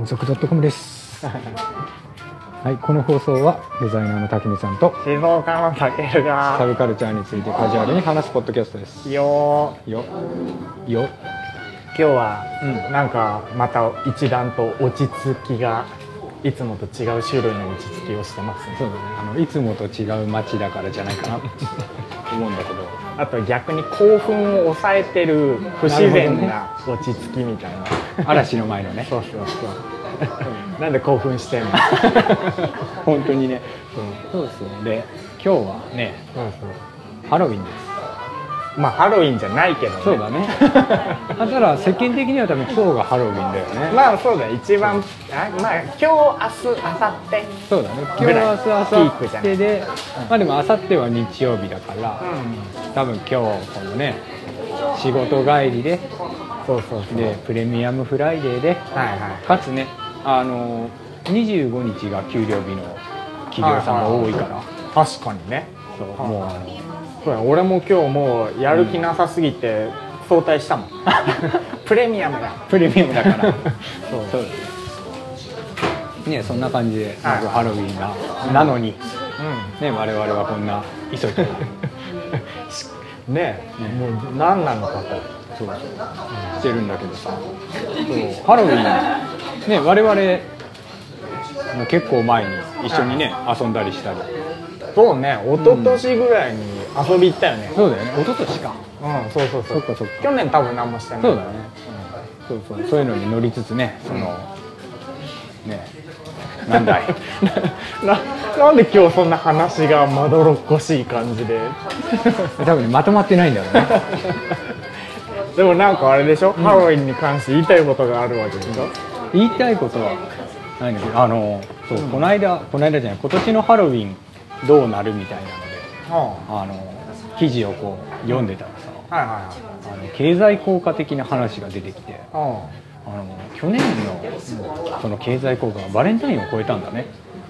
族 .com です。はい、この放送はデザイナーの竹見さんと静岡のたけるがサブカルチャーについてカジュアルに話すポッドキャストです。 よよ今日は、なんかまた一段と落ち着きがいつもと違う種類の落ち着きをしてますね。 そうだね、いつもと違う街だからじゃないかなと思うんだけど、 あと逆に興奮を抑えてる不自然な落ち着きみたいな、 嵐の前のねそうなんで興奮してんの本当にね、そうですよ。で、今日はね、ハロウィンです。 まあハロウィンじゃないけどね。 そうだねだから世間的には多分今日がハロウィンだよね。 まあそうだ、一番まあ今日、明日、明後日、 そうだね、今日、明日、明後日で、まあでも明後日は日曜日だから、多分今日このね仕事帰りで、でプレミアムフライデーで、かつね25日が給料日の企業さんが多いから、 確かにね。 そうもう俺も今日もうやる気なさすぎて早退したもんプレミアムだからそうね、そんな感じで、ハロウィンなのに、ね、我々はこんな急いでね、もう何なのかとしてるんだけどさ、ハロウィンね、我々もう結構前に一緒にね遊んだりしたり。 そうね、一昨年ぐらいに遊び行ったよね。 そうだよね、一昨年か。 そうそっか。 去年多分何もしてない。 そうだね。そういうのに乗りつつね、ね、なんだいなんで今日そんな話がまどろっこしい感じで多分まとまってないんだろうねでもなんかあれでしょ、ハロウィンに関して言いたいことがあるわけでしょ。 言いたいことは何だけど、そう、この間じゃない、今年のハロウィンどうなるみたいなので、記事をこう読んでたらさ、経済効果的な話が出てきて、去年のその経済効果がバレンタインを超えたんだね。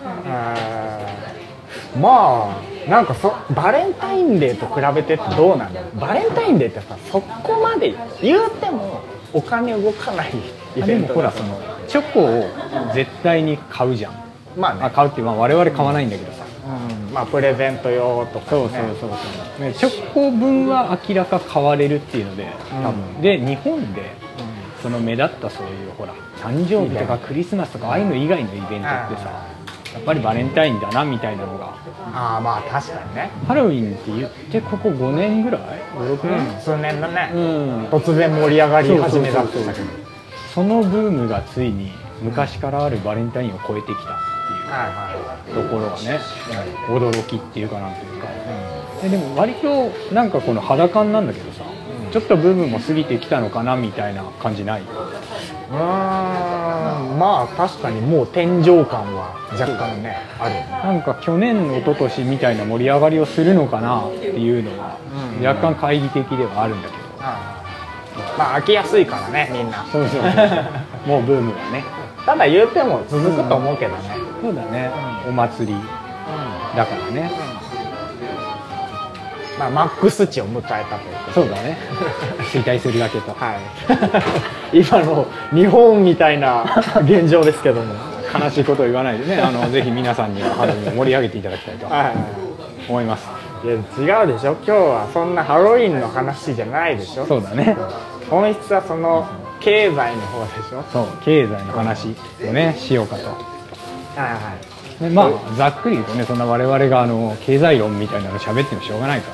まあなんかバレンタインデーと比べてどうなんだろう。バレンタインデーってさ、そこまで言うてもお金動かないイベント。 でもほら、そのチョコを絶対に買うじゃん。 まあね、 買うっていう、我々買わないんだけどさ、 まあプレゼント用とか、 そうチョコ分は明らか買われるっていうので、多分で日本でその目立ったそういうほら誕生日とかクリスマスとかああいうの以外のイベントってさ、やっぱりバレンタインだなみたいなのが。 まあ確かにね。 ハロウィンって言ってここ5年ぐらい5、6年、 数年だね。突然盛り上がり始めだったんだけど、 そのブームがついに昔からあるバレンタインを超えてきたっていうところがね、驚きっていうかなんていうか、でも割となんかこの肌感なんだけどさ、ちょっとブームも過ぎてきたのかなみたいな感じない？ まあ確かにもう天井感は若干ねある。 なんか去年一昨年みたいな盛り上がりをするのかなっていうのは若干懐疑的ではあるんだけど、 まあ飽きやすいからね、みんな。 そうもうブームがね。 ただ言うても続くと思うけどね。 そうだね、お祭りだからね。 まあマックス値を迎えたというか。 そうだね衰退するだけと、 今の日本みたいな現状ですけども悲しいことを言わないでね、ぜひ皆さんにはハロウィンを盛り上げていただきたいと思います。 いや違うでしょ、今日はそんなハロウィンの話じゃないでしょ。 そうだね、 本質はその経済の方でしょ。 そう、経済の話をねしようかと。でまあざっくり言うとね、そんな我々が経済論みたいなの喋ってもしょうがないから、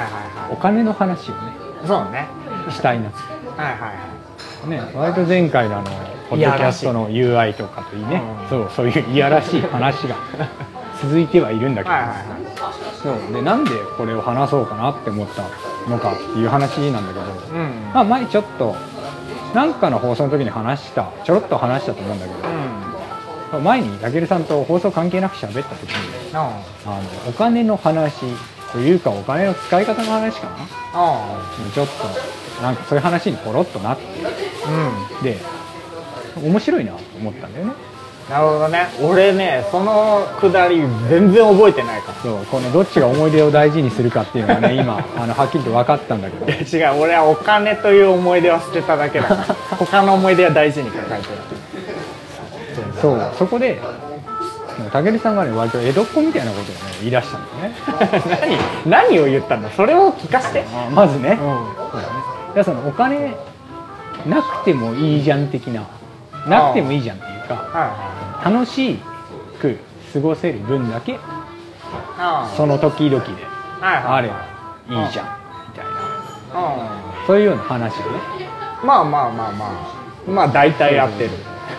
お金の話をねしたいな。ね、割と前回のポッドキャストの UI とかといいね、そういういやらしい話が続いてはいるんだけど、そうでなんでこれを話そうかなって思ったのかっていう話なんだけど、まあ前ちょっとなんかの放送の時にちょろっと話したと思うんだけど、前にたけるさんと放送関係なく喋った時に、お金の話というかお金の使い方の話かな、ちょっとなんかそういう話にポロッとなって、で面白いなと思ったんだよね。 なるほどね。俺ね、そのくだり全然覚えてないから。 そう、このどっちが思い出を大事にするかっていうのがね今はっきりと分かったんだけど違う、俺はお金という思い出は捨てただけだ他の思い出は大事に抱えてる。 そうそこで武さんがね割と江戸っ子みたいなことをね言い出したんですね何を言ったんだ、それを聞かせて。 まずね、そうだね、いやそのお金なくてもいいじゃん的な、なくてもいいじゃんっていうか、楽しく過ごせる分だけその時々であればいいじゃんみたいな、そういうような話をね、 まあ大体やってる。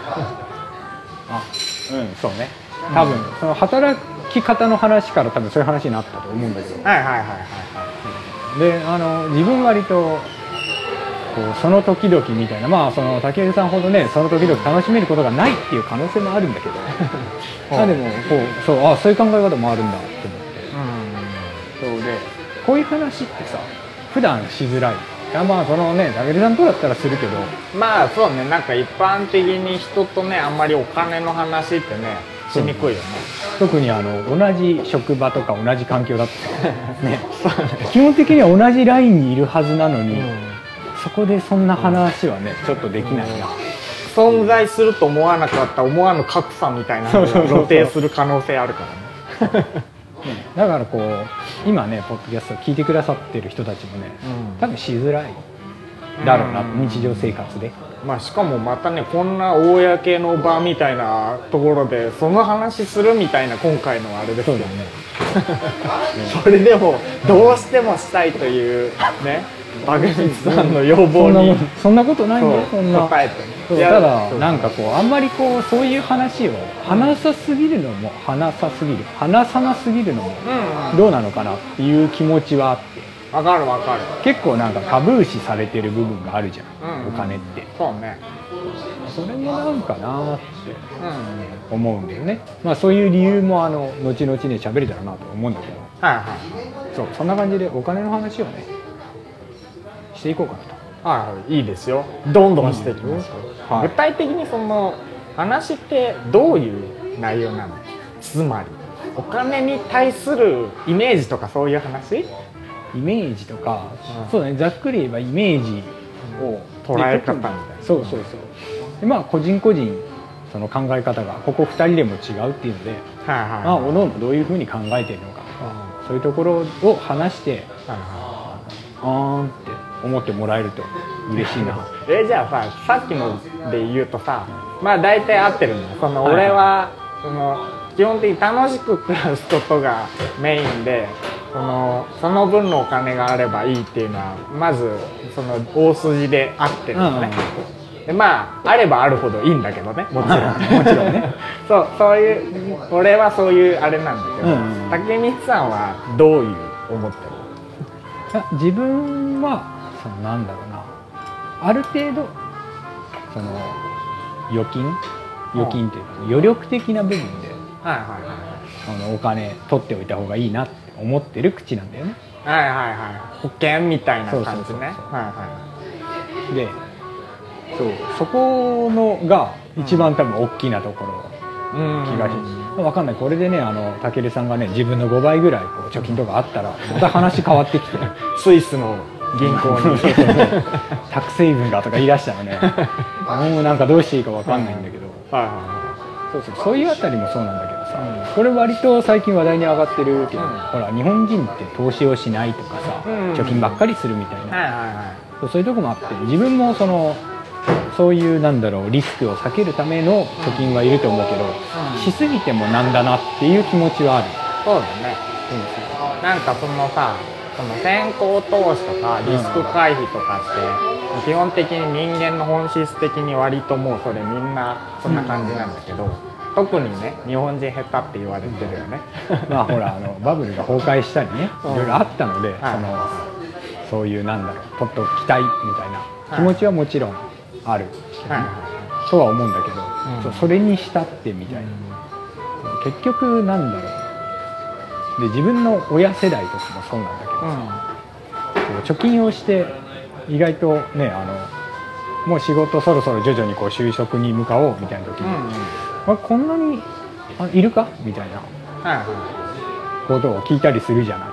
そうね、多分その働き方の話から多分そういう話になったと思うんだけど、で自分割とこうその時々みたいな、まあその武さんほどねその時々楽しめることがないっていう可能性もあるんだけどでもこうそういう考え方もあるんだって思って、そうでこういう話ってさ普段しづらい。まあそのね武さんとだったらするけど、 まあそうね、なんか一般的に人とねあんまりお金の話ってねしにくいよね。 特に同じ職場とか同じ環境だとさ、ね、基本的には同じラインにいるはずなのに、そこでそんな話はねちょっとできないな。 存在すると思わなかった思わぬ格差みたいなのが露呈する可能性あるからね。 だからこう今ねポッドキャストを聞いてくださってる人たちもね、多分しづらいだろうな、日常生活で。 まあしかもまたねこんな公の場みたいなところでその話するみたいな今回のあれですよね。それでもどうしてもしたいというね武光さんの要望にそんなことないんだよ、そんな答えてね。 ただなんかこうあんまりこうそういう話を話さすぎるのも話さなすぎるのもどうなのかなっていう気持ちはあって。 わかる。 結構なんかタブー視されてる部分があるじゃん、お金って。 そうね。 それもなんかなって思うんだよね。まあそういう理由も後々ね喋れたらなと思うんだけど、そんな感じでお金の話をねしていこうかなと。 いいですよ。どんどんしていきましょう。具体的にその話ってどういう内容なの？つまりお金に対するイメージとかそういう話？ イメージとか、そうだね、ざっくり言えばイメージを捉え方みたいな。 そうでまあ個人個人その考え方がここ2人でも違うっていうので、まあおのおのどういうふうに考えてるのかとか、そういうところを話してあーんって思ってもらえると嬉しいな。 じゃあさっきので言うとさ、まあ大体合ってるのよ。その俺はその基本的に楽しく暮らすことがメインで、その分のお金があればいいっていうのはまずその大筋で合ってるのね。でまああればあるほどいいんだけどね、もちろんね。そういう俺はそういうあれなんだけど、武光さんはどういう思ってる？ 自分はなんだろうな、ある程度その預金というか余力的な部分でお金取っておいた方がいいなって思ってる口なんだよね。保険みたいな感じね。でそこのが一番多分大きなところ気がします。分かんない、これでね武さんがね自分の5倍ぐらいこう貯金とかあったらまた話変わってきてスイスの銀行にタックスイブンがとか言い出したらねもうなんかどうしていいか分かんないんだけど、そういうあたりもそうなんだけどさ、これ割と最近話題に上がってるけど、ほら日本人って投資をしないとかさ、貯金ばっかりするみたいな、そういうとこもあって、自分もそういうリスクを避けるための貯金はいると思うけど、しすぎてもなんだなっていう気持ちはある。 そうだね。なんかその先行投資とかリスク回避とかって基本的に人間の本質的に割ともうそれみんなそんな感じなんだけど、特にね日本人下手って言われてるよね。 まあほらバブルが崩壊したりね、いろいろあったので、そういう取っておきたいみたいな気持ちはもちろんあるとは思うんだけど、それにしたってみたいな、結局で自分の親世代とかもそうなんだけど、貯金をして意外とねもう仕事そろそろ徐々にこう就職に向かおうみたいな時に、こんなにいるかみたいなことを聞いたりするじゃない。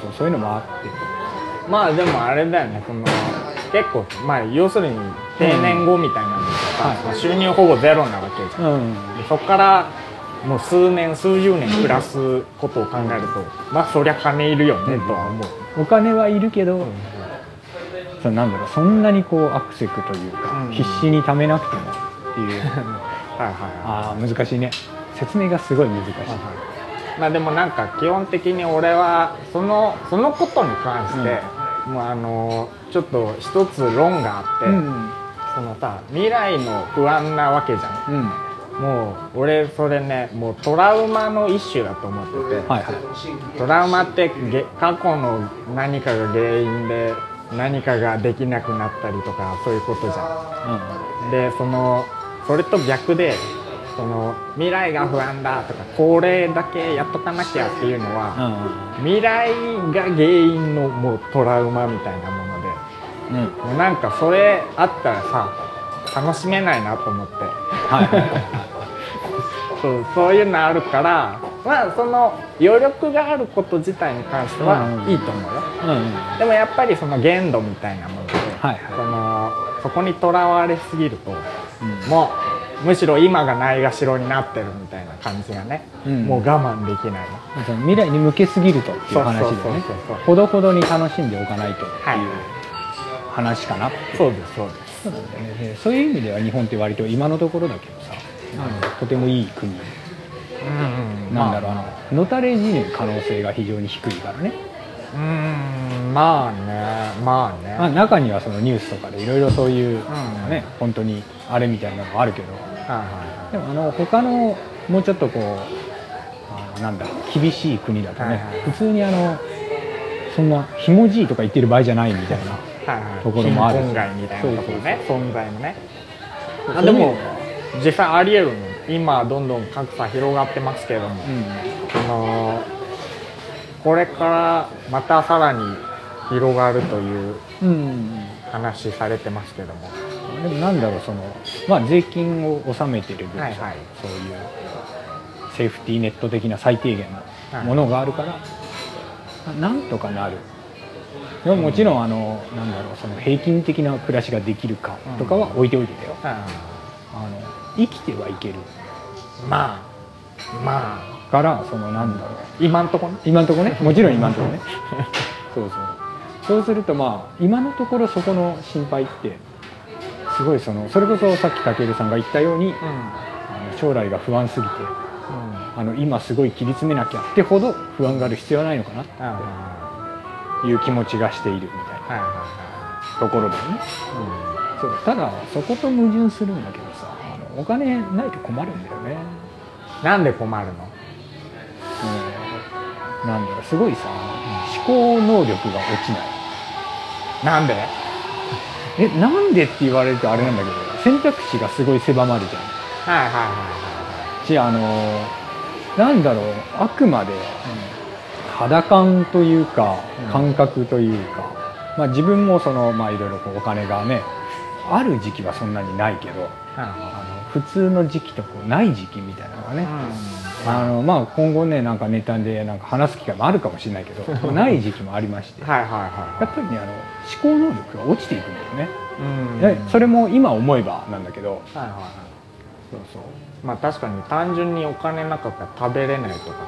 そういうのもあって、 まあでもあれだよね、結構要するに定年後みたいなのさ、収入ほぼゼロなわけじゃん、そこからもう数年数十年暮らすことを考えると、まあそりゃ金いるよねとは思う。 お金はいるけど、なんだろう、そんなにこうアクセクというか、必死に貯めなくてもっていう難しいね、説明がすごい難しい。 まあでもなんか基本的に俺はそのことに関して、もうちょっと一つ論があって、そのさ、未来の不安なわけじゃん、もう俺それね、もうトラウマの一種だと思ってて、トラウマって過去の何かが原因で何かができなくなったりとか、そういうことじゃん、でそれと逆で、未来が不安だとかこれだけやっとかなきゃっていうのは、未来が原因のもうトラウマみたいなもので、もうなんかそれあったらさ楽しめないなと思って、そういうのあるから、まあその余力があること自体に関してはいいと思うよ、でもやっぱりその限度みたいなもので、そこにとらわれすぎると、もうむしろ今がないがしろになってるみたいな感じがね、もう我慢できないの。 未来に向けすぎるとっていう話でね、ほどほどに楽しんでおかないとっていう話かな。 そうですそうです。 そういう意味では日本って割と今のところだけどさ、とてもいい国なんだろう、のたれ死ぬ可能性が非常に低いからね。 まあね、 中にはそのニュースとかでいろいろそういうね、本当にあれみたいなのがあるけど、でも他のもうちょっとこうなんだ厳しい国だとね、普通にそんなひもじいとか言ってる場合じゃないみたいなところもあるし、 貧困街みたいなところね、存在のね。でも実際ありえるの。今どんどん格差広がってますけれども、これからまたさらに広がるという話されてますけども、 でもなんだろう、税金を納めてる分、そういうセーフティーネット的な最低限のものがあるから、なんとかなる。でももちろんなんだろう、その平均的な暮らしができるかとかは置いておいてだよ、生きてはいける。 まあからなんだろう、 今んとこねもちろん今んとこねそうすると今のところそこの心配ってすごいそれこそさっき武さんが言ったように、将来が不安すぎて、今すごい切り詰めなきゃってほど不安がある必要はないのかなっていう気持ちがしているみたいなところだよね。ただそこと矛盾するんだけどさ、お金ないと困るんだよね。 なんで困るの？ なんだろう、すごいさ、思考能力が落ちない。 なんで？ なんでって言われるとあれなんだけど、選択肢がすごい狭まるじゃん。なんだろう、あくまで肌感というか感覚というか、自分もいろいろお金がねある時期はそんなにないけど、普通の時期とない時期みたいなのがね、今後ねなんかネタでなんか話す機会もあるかもしれないけどない時期もありまして、やっぱりね思考能力が落ちていくんだよね。それも今思えばなんだけど、 確かに単純にお金なかったら食べれないとか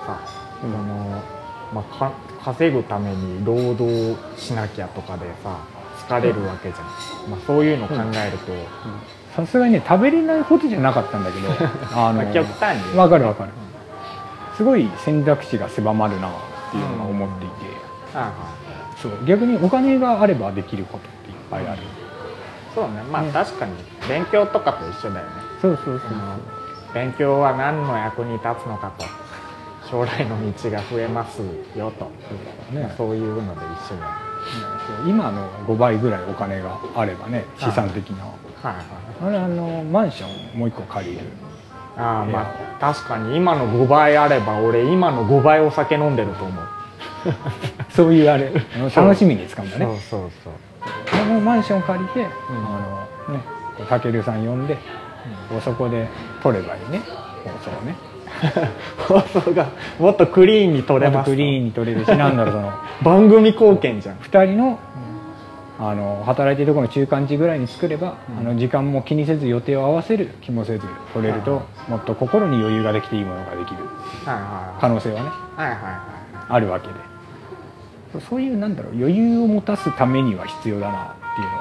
さ、稼ぐために労働しなきゃとかでさ疲れるわけじゃん。そういうのを考えると、 さすがにね食べれないことじゃなかったんだけど極端に分かるすごい選択肢が狭まるなっていうのは思っていて、逆にお金があればできることっていっぱいある。 そうね、確かに勉強とかと一緒だよね。勉強は何の役に立つのかと、将来の道が増えますよと、そういうので一緒だよね。 今の5倍ぐらいお金があればね、資産的な、マンションもう1個借りる。 確かに今の5倍あれば俺今の5倍お酒飲んでると思う。 そういうあれ楽しみに使うんだね。そのマンション借りてたけるさん呼んで、そこで撮ればいいね、放送ね。 放送がもっとクリーンに撮れます。 クリーンに撮れるし、なんだろう、 番組貢献じゃん。 2人の働いてるところの中間地ぐらいに作れば、時間も気にせず予定を合わせる気もせず取れると、もっと心に余裕ができていいものができる可能性はね、あるわけで、そういうなんだろう、余裕を持たすためには必要だなっていうの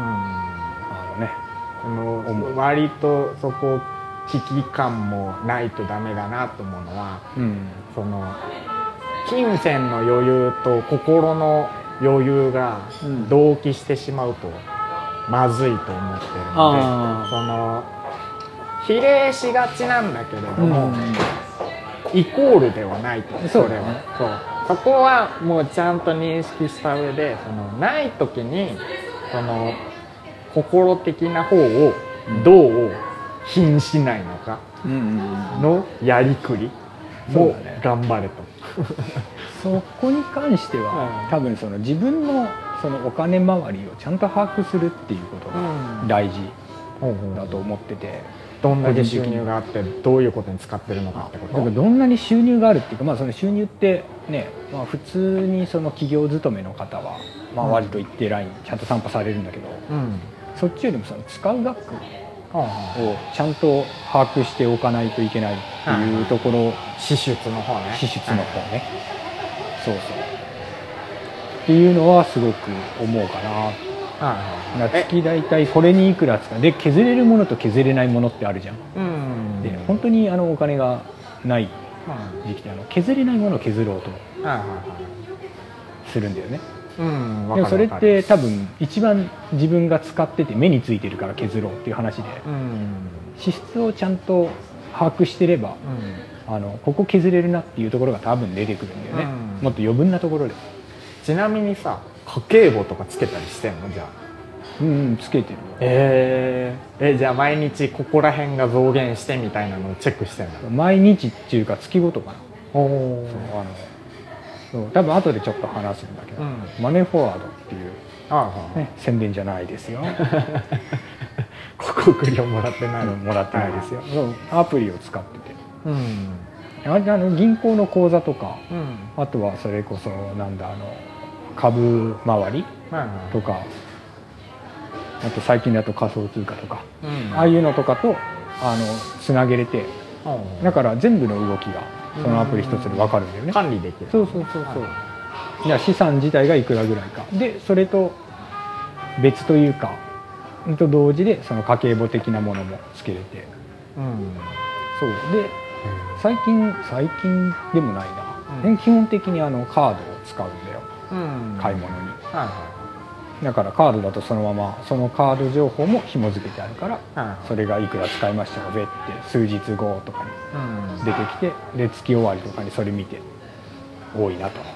は、 割とそこ危機感もないとダメだなと思うのは、その金銭の余裕と心の余裕が同期してしまうとまずいと思ってるので、その比例しがちなんだけれども、イコールではないと。それはそこはもうちゃんと認識した上で、そのない時にその心的な方をどう貧しないのかのやりくりを頑張れと。 そこに関しては、多分その自分のそのお金回りをちゃんと把握するっていうことが大事だと思ってて、 どんなに収入があってどういうことに使ってるのかってこと。 だからどんなに収入があるっていうか、その収入ってね、普通にその企業勤めの方は割と一定ラインちゃんと担保されるんだけど、そっちよりもその使う額をちゃんと把握しておかないといけないっていうところ、 支出の方ね。 支出の方ね、そうっていうのはすごく思うかな。月大体これにいくら使うで、削れるものと削れないものってあるじゃん。で本当にお金がない時期で削れないものを削ろうとするんだよね。でもそれって多分一番自分が使ってて目についてるから削ろうっていう話で、支出をちゃんと把握してれば、ここ削れるなっていうところが多分出てくるんだよね、もっと余分なところで。 ちなみにさ、家計簿とかつけたりしてんの？じゃあつけてる。 じゃあ毎日ここら辺が増減してみたいなのをチェックしてんの？ 毎日っていうか月ごとかな。多分後でちょっと話すんだけど、マネーフォワードっていう、宣伝じゃないですよ。 広告料もらってないもらってないですよ。アプリを使ってて、銀行の口座とか、あとはそれこそなんだ株回りとか、あと最近だと仮想通貨とか、ああいうのとかとつなげれて、だから全部の動きがそのアプリ一つで分かるんだよね。 管理できる。 そう。じゃあ資産自体がいくらぐらいかで、それと別というかと同時でその家計簿的なものもつけれて、そうで最近でもないな、基本的にカードを使うんだよ、買い物に。だからカードだとそのままそのカード情報も紐付けてあるから、それがいくら使いましたかぜって数日後とかに出てきて、で月終わりとかにそれ見て多いなと。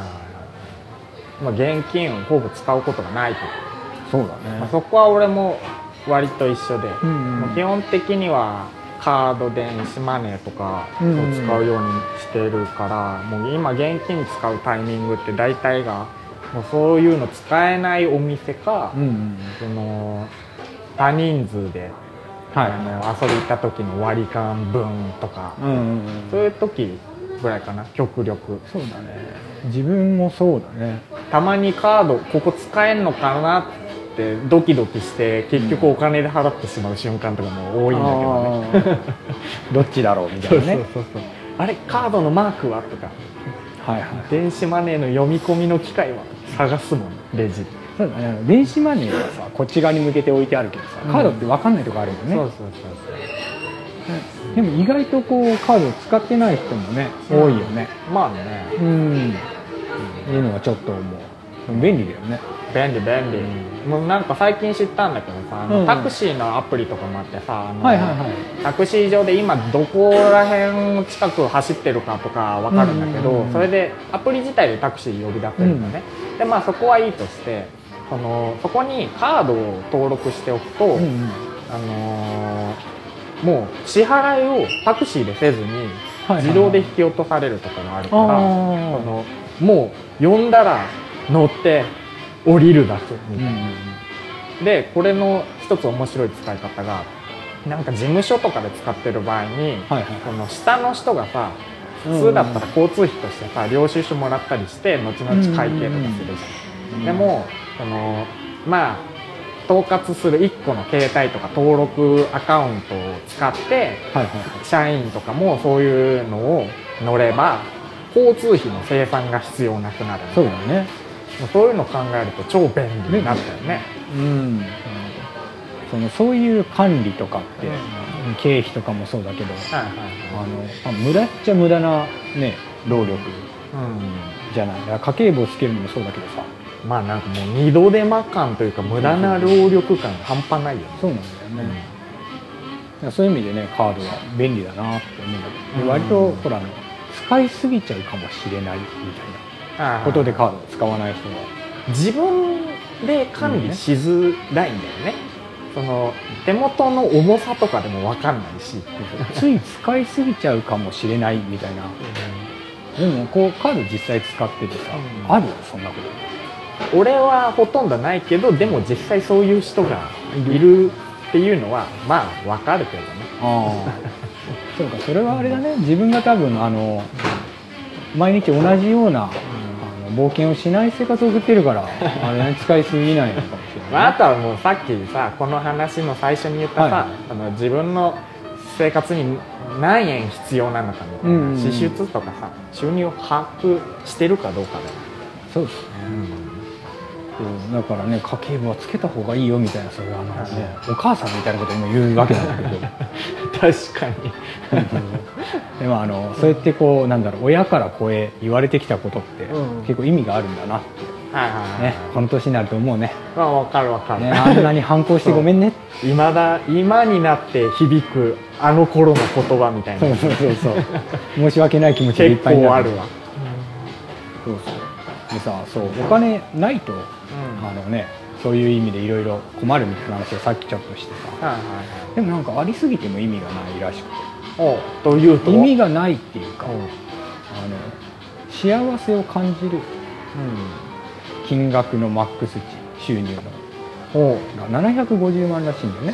現金をほぼ使うことがないと。 そうだね。 そこは俺も割と一緒で、基本的にはカード、電子マネーとかを使うようにしてるから、もう今現金使うタイミングって大体がもうそういうの使えないお店か、その多人数で、遊び行った時の割り勘分とか、そういう時ぐらいかな、極力。 そうだね。自分もそうだね。 たまにカードここ使えんのかなってドキドキして結局お金で払ってしまう瞬間とかも多いんだけどね。 どっちだろうみたいなね。 あれカードのマークはとか、電子マネーの読み込みの機械は探すもん、レジ。 そうだね。電子マネーはさこっち側に向けて置いてあるけどさ、カードって分かんないとこあるもんね。でも意外とこうカードを使ってない人もね多いよね。いうのはちょっと思う。便利だよね。 便利。もうなんか最近知ったんだけどさ、タクシーのアプリとかもあってさ、タクシー上で今どこら辺近く走ってるかとか分かるんだけど、それでアプリ自体でタクシー呼び出せるのね。でそこはいいとして、そこにカードを登録しておくと、もう支払いをタクシーでせずに自動で引き落とされるとかがあるから、もう呼んだら乗って降りるだけみたいな。でこれの一つ面白い使い方が、なんか事務所とかで使ってる場合に、この下の人がさ、普通だったら交通費としてさ領収書もらったりして後々会計とかするじゃん。でもまあ統括する1個の携帯とか登録アカウントを使って、社員とかもそういうのを乗れば交通費の生産が必要なくなる。 そうだね。 そういうのを考えると超便利になったよね。 そういう管理とかって、経費とかもそうだけど、無駄っちゃ無駄なね労力じゃない。だから家計簿をつけるのもそうだけどさ。 まあなんかもう二度手間感というか無駄な労力感半端ないよね。 そうなんだよね。そういう意味でねカードは便利だなって思うんだけど、割とほら使いすぎちゃうかもしれないみたいなことでカードを使わない人は自分で管理しづらいんだよね。その手元の重さとかでも分かんないしつい使いすぎちゃうかもしれないみたいな。でもこうカード実際使っててさ、あるそんなこと。 俺はほとんどないけど、でも実際そういう人がいるっていうのはまあ分かるけどね。 そうか、それはあれだね。自分が多分毎日同じような冒険をしない生活を送ってるからあれ、ね、使いすぎないのかもしれない、 あとはもうさっきさこの話の最初に言ったさ、自分の生活に何円必要なのかみたいな、支出とかさ収入を把握してるかどうかだよ。 そうですね、だからね家計簿はつけた方がいいよみたいな、それはお母さんみたいなことを今言うわけなんだけど確かにでもそうやってこうなんだろう、親から子へ言われてきたことって結構意味があるんだなってね、この年になると思うね。 分かる分かる、 ね、あんなに反抗してごめんね今になって響くあの頃の言葉みたいな。 そう申し訳ない気持ちがいっぱいになる。 結構あるわ。 でさ、そうお金ないと、そういう意味でいろいろ困るみたいな話をさっきちょっとしてさ、でもなんかありすぎても意味がないらしくて。 というと意味がないっていうか、幸せを感じる金額のマックス値、収入のが750万らしいんだよね。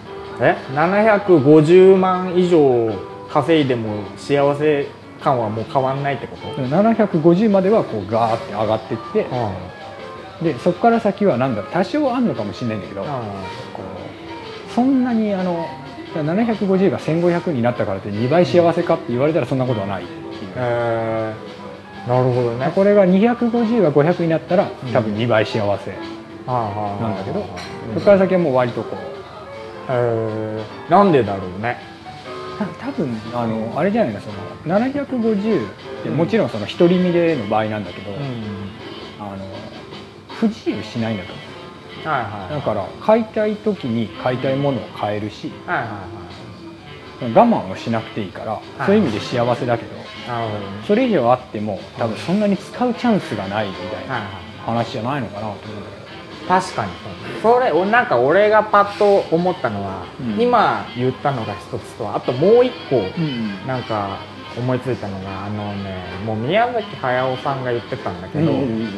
750万以上稼いでも幸せ感はもう変わんないってこと？ 750まではこうガーって上がっていって、でそこから先はなんだろう、多少あんのかもしれないんだけど、こうそんなに750が1500になったからって2倍幸せかって言われたらそんなことはないっていう。 なるほどね。 これが250が500になったら多分2倍幸せなんだけど、そこから先はもう割とこうなんでだろうね。 多分あれじゃないか、その750ってもちろんその独り身での場合なんだけど、不自由しないんだと思う。だから買いたい時に買いたいものを買えるし、我慢をしなくていいから、そういう意味で幸せだけど、それ以上あっても多分そんなに使うチャンスがないみたいな話じゃないのかなと思うんだけど。 確かにそれなんか俺がパッと思ったのは、今言ったのが一つと、あともう一個なんか思いついたのがもう宮崎駿さんが言ってたんだけど、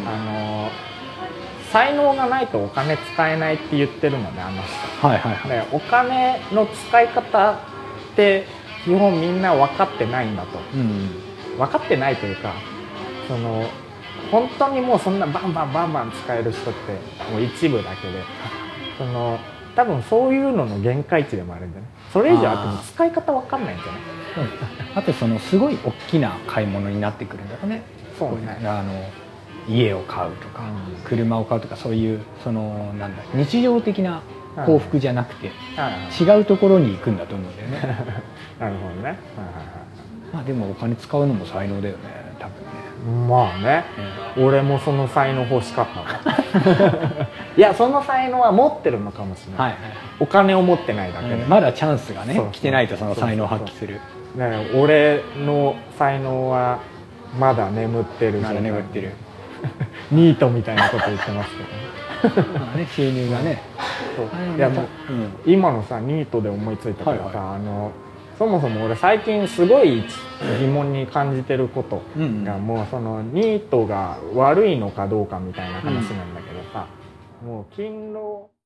才能がないとお金使えないって言ってるのね、あの人。でお金の使い方って基本みんな分かってないんだと、分かってないというか、その本当にもうそんなバンバン使える人ってもう一部だけで、その多分そういうのの限界値でもあるんじゃない。それ以上あっても使い方分かんないんじゃない。 あとそのすごい大きな買い物になってくるんだろうね。そうね、家を買うとか、車を買うとか、そういうそのなんだ日常的な幸福じゃなくて、違うところに行くんだと思うんだよね。 なるほどね。 まあでもお金使うのも才能だよね、多分ね。 まあね、俺もその才能欲しかったわいや、その才能は持ってるのかもしれない、お金を持ってないだけで、 まだチャンスがね来てないとその才能を発揮する。 俺の才能はまだ眠ってる。まだ眠ってるニートみたいなこと言ってますけどね収入がね。 いやもう今のさニートで思いついたからさ、そもそも俺最近すごい疑問に感じてることが、もうそのニートが悪いのかどうかみたいな話なんだけどさ、もう勤労